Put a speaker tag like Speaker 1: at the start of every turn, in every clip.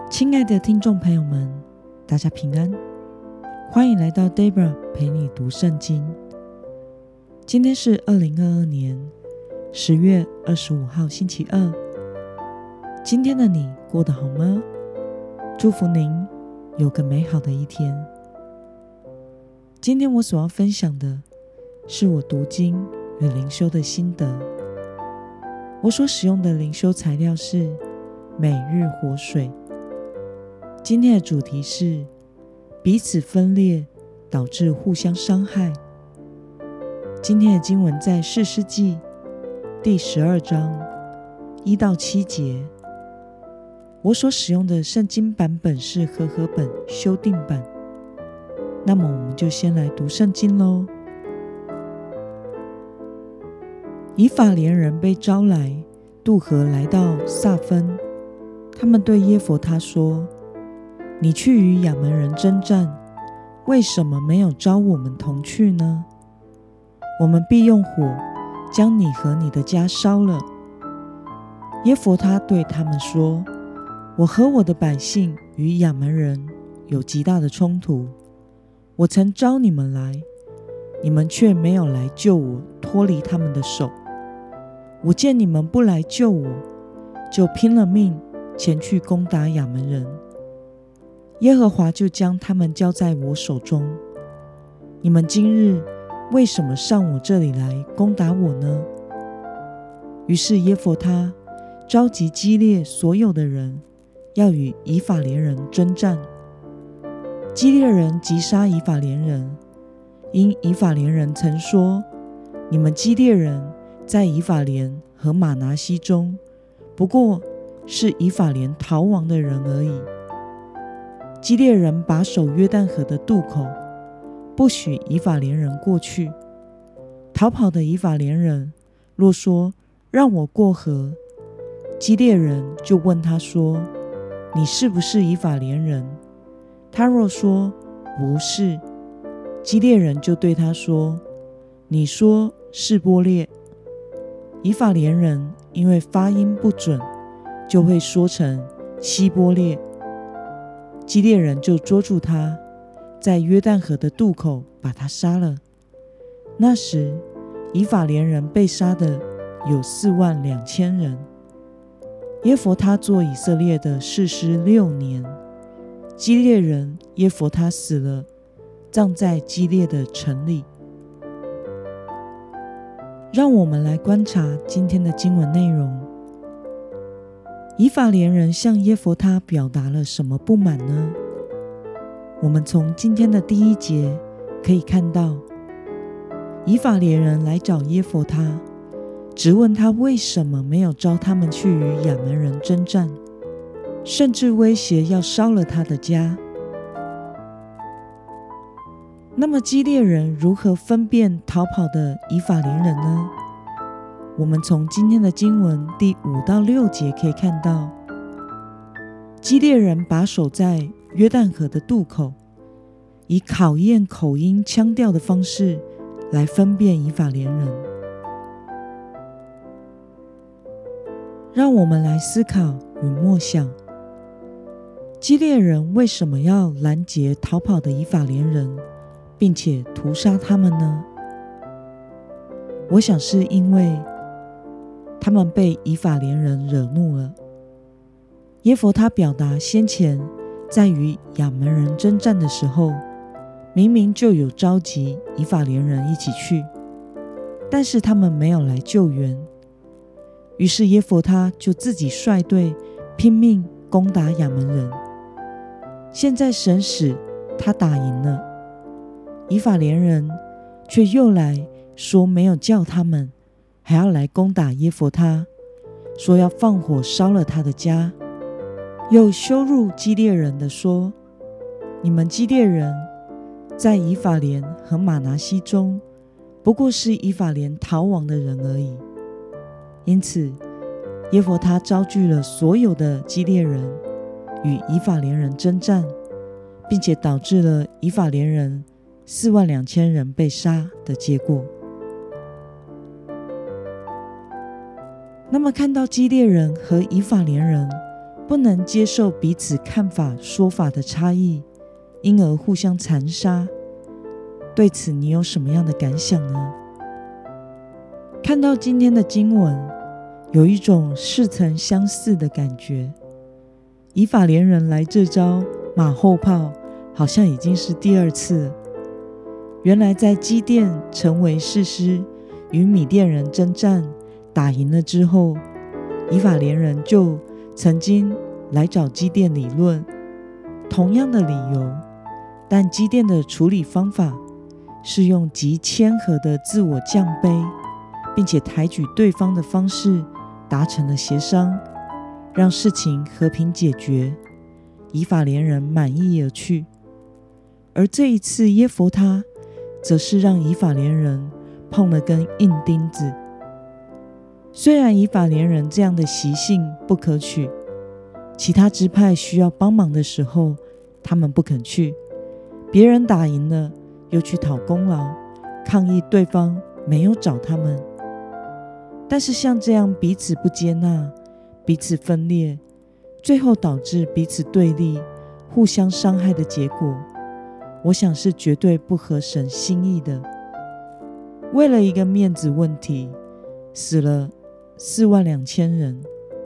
Speaker 1: 亲爱的听众朋友们，大家平安，欢迎来到 Debra 陪你读圣经。今天是2022年10月25号星期二。今天的你过得好吗？祝福您有个美好的一天。今天我所要分享的是我读经与灵修的心得。我所使用的灵修材料是每日活水。今天的主题是彼此分裂导致互相伤害。今天的经文在士师记第12章1到7节。我所使用的圣经版本是和合本修订版。那么我们就先来读圣经咯。以法莲人被招来渡河来到撒分，他们对耶弗他说，你去与亚扪人征战，为什么没有召我们同去呢？我们必用火将你和你的家烧了。耶弗他对他们说，我和我的百姓与亚扪人有极大的冲突，我曾召你们来，你们却没有来救我脱离他们的手。我见你们不来救我，就拼了命前去攻打亚扪人。耶和华就将他们交在我手中。你们今日为什么上我这里来攻打我呢？于是耶弗他召集基列所有的人，要与以法莲人征战。基列人击杀以法莲人，因以法莲人曾说，你们基列人在以法莲和玛拿西中，不过是以法莲逃亡的人而已。基列人把守约旦河的渡口，不许以法莲人过去。逃跑的以法莲人若说，让我过河，基列人就问他说，你是不是以法莲人？他若说不是，基列人就对他说，你说示波列。以法莲人因为发音不准，就会说成希波列。基列人就捉住他，在约旦河的渡口把他杀了。那时以法莲人被杀的有42000人。耶弗他做以色列的士师6年。基列人耶弗他死了，葬在基列的城里。让我们来观察今天的经文内容。以法莲人向耶弗他表达了什么不满呢？我们从今天的第1节可以看到，以法莲人来找耶弗他，质问他为什么没有召他们去与亚扪人征战，甚至威胁要烧了他的家。那么基列人如何分辨逃跑的以法莲人呢？我们从今天的经文第5到6节可以看到，基列人把守在约旦河的渡口，以考验口音腔调的方式来分辨以法莲人。让我们来思考与默想，基列人为什么要拦截逃跑的以法莲人，并且屠杀他们呢？我想是因为他们被以法莲人惹怒了。耶弗他表达先前在与亚扪人征战的时候，明明就有召集以法莲人一起去，但是他们没有来救援。于是耶弗他就自己率队拼命攻打亚扪人。现在神使他打赢了，以法莲人却又来说没有叫他们，还要来攻打耶弗他，说要放火烧了他的家，又羞辱基列人的说，你们基列人在以法莲和玛拿西中，不过是以法莲逃亡的人而已。因此耶弗他招聚了所有的基列人与以法莲人征战，并且导致了以法莲人42000人被杀的结果。那么看到基列人和以法莲人不能接受彼此看法说法的差异，因而互相残杀。对此你有什么样的感想呢？看到今天的经文，有一种似曾相似的感觉。以法莲人来这招马后炮，好像已经是第二次了。原来在基甸成为士师，与米甸人征战，打赢了之后，以法莲人就曾经来找基甸理论，同样的理由，但基甸的处理方法是用极谦和的自我降卑，并且抬举对方的方式达成了协商，让事情和平解决，以法莲人满意而去。而这一次耶弗他则是让以法莲人碰了根硬钉子。虽然以法莲人这样的习性不可取，其他支派需要帮忙的时候，他们不肯去，别人打赢了又去讨功劳，抗议对方没有找他们。但是像这样彼此不接纳，彼此分裂，最后导致彼此对立，互相伤害的结果，我想是绝对不合神心意的。为了一个面子问题，死了42000人。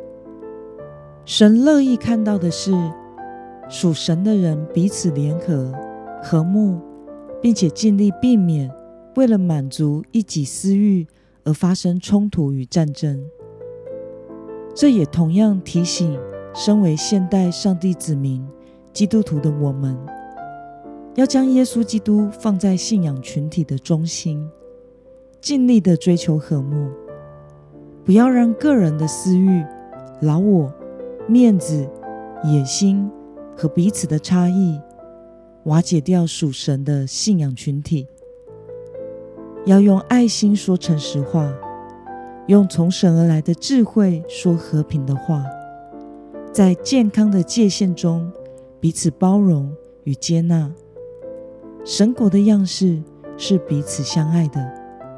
Speaker 1: 神乐意看到的是，属神的人彼此联合、和睦，并且尽力避免为了满足一己私欲而发生冲突与战争。这也同样提醒身为现代上帝子民基督徒的我们，要将耶稣基督放在信仰群体的中心，尽力的追求和睦，不要让个人的私欲、老我、面子、野心和彼此的差异瓦解掉属神的信仰群体。要用爱心说诚实话，用从神而来的智慧说和平的话，在健康的界限中彼此包容与接纳。神国的样式是彼此相爱的。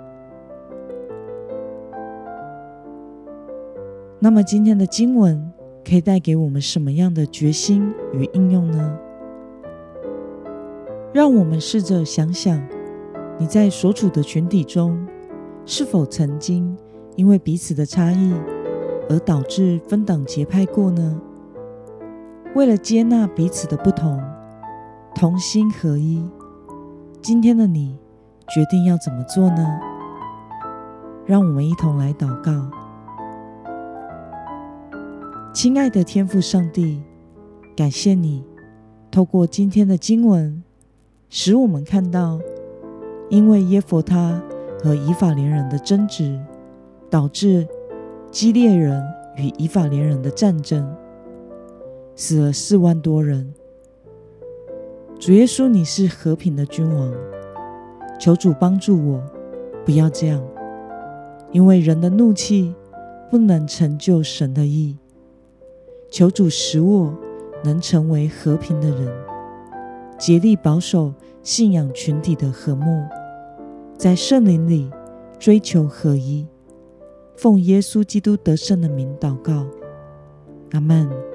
Speaker 1: 那么今天的经文可以带给我们什么样的决心与应用呢？让我们试着想想，你在所处的群体中，是否曾经因为彼此的差异而导致分党结派过呢？为了接纳彼此的不同，同心合一，今天的你决定要怎么做呢？让我们一同来祷告。亲爱的天父上帝，感谢你透过今天的经文，使我们看到，因为耶弗他和以法莲人的争执，导致基列人与以法莲人的战争，死了4万多人。主耶稣，你是和平的君王，求主帮助我，不要这样，因为人的怒气不能成就神的义。求主使我能成为和平的人，竭力保守信仰群体的和睦，在圣灵里追求合一。奉耶稣基督得胜的名祷告，阿们。